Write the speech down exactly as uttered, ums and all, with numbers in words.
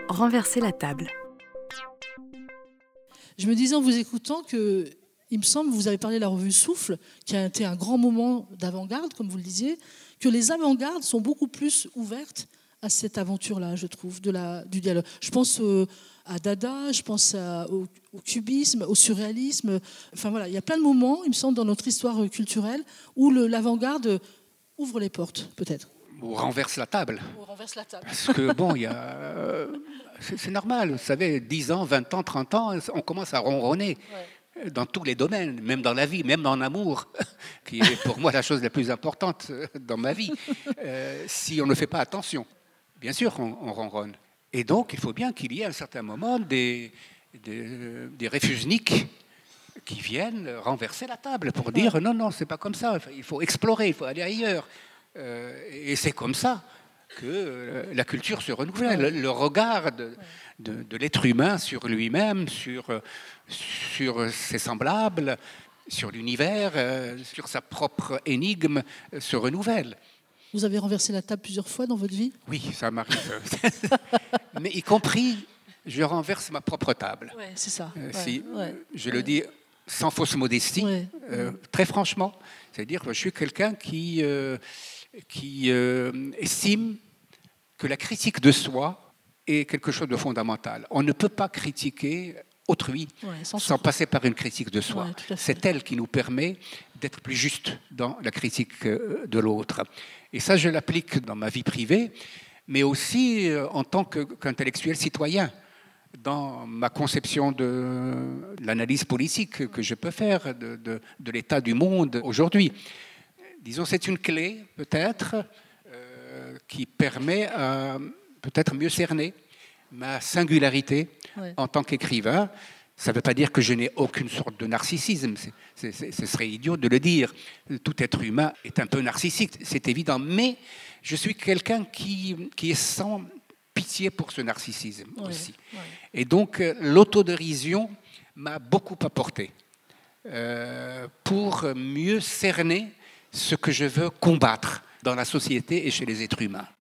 renverser la table. Je me disais en vous écoutant que, il me semble, vous avez parlé de la revue Souffle, qui a été un grand moment d'avant-garde, comme vous le disiez, que les avant-gardes sont beaucoup plus ouvertes à cette aventure-là, je trouve, de la, du dialogue. Je pense euh, à Dada, je pense à, au, au cubisme, au surréalisme. Enfin voilà, il y a plein de moments, il me semble, dans notre histoire culturelle, où le, l'avant-garde ouvre les portes, peut-être. Ou renverse la table. Ou renverse la table. Parce que bon, il y a, euh, c'est, c'est normal, vous savez, dix ans, vingt ans, trente ans, on commence à ronronner. Ouais. Dans tous les domaines, même dans la vie, même dans l'amour, qui est pour moi la chose la plus importante dans ma vie, euh, si on ne fait pas attention. Bien sûr, on, on ronronne. Et donc, il faut bien qu'il y ait à un certain moment des, des, des réfusniques qui viennent renverser la table pour dire non, non, c'est pas comme ça, il faut explorer, il faut aller ailleurs. Euh, et c'est comme ça que euh, la culture se renouvelle. Le, le regard de, de, de l'être humain sur lui-même, sur, sur ses semblables, sur l'univers, euh, sur sa propre énigme, euh, se renouvelle. Vous avez renversé la table plusieurs fois dans votre vie ? Oui, ça m'arrive. Mais y compris, je renverse ma propre table. Ouais, c'est ça. Euh, ouais, si, ouais, je ouais. le dis sans fausse modestie, ouais, euh, ouais. très franchement. C'est-à-dire que je suis quelqu'un qui, euh, qui euh, estime que la critique de soi est quelque chose de fondamental. On ne peut pas critiquer autrui ouais, sans, sans passer par une critique de soi. Ouais, c'est elle qui nous permet d'être plus juste dans la critique de l'autre. Et ça, je l'applique dans ma vie privée, mais aussi en tant que, qu'intellectuel citoyen, dans ma conception de l'analyse politique que je peux faire de, de, de l'état du monde aujourd'hui. Disons, c'est une clé, peut-être, euh, qui permet à peut-être mieux cerner ma singularité ouais. en tant qu'écrivain. Ça ne veut pas dire que je n'ai aucune sorte de narcissisme. C'est, c'est, ce serait idiot de le dire. Tout être humain est un peu narcissique, c'est évident. Mais je suis quelqu'un qui, qui est sans pitié pour ce narcissisme ouais, aussi. Ouais. Et donc, l'autodérision m'a beaucoup apporté euh, pour mieux cerner ce que je veux combattre dans la société et chez les êtres humains.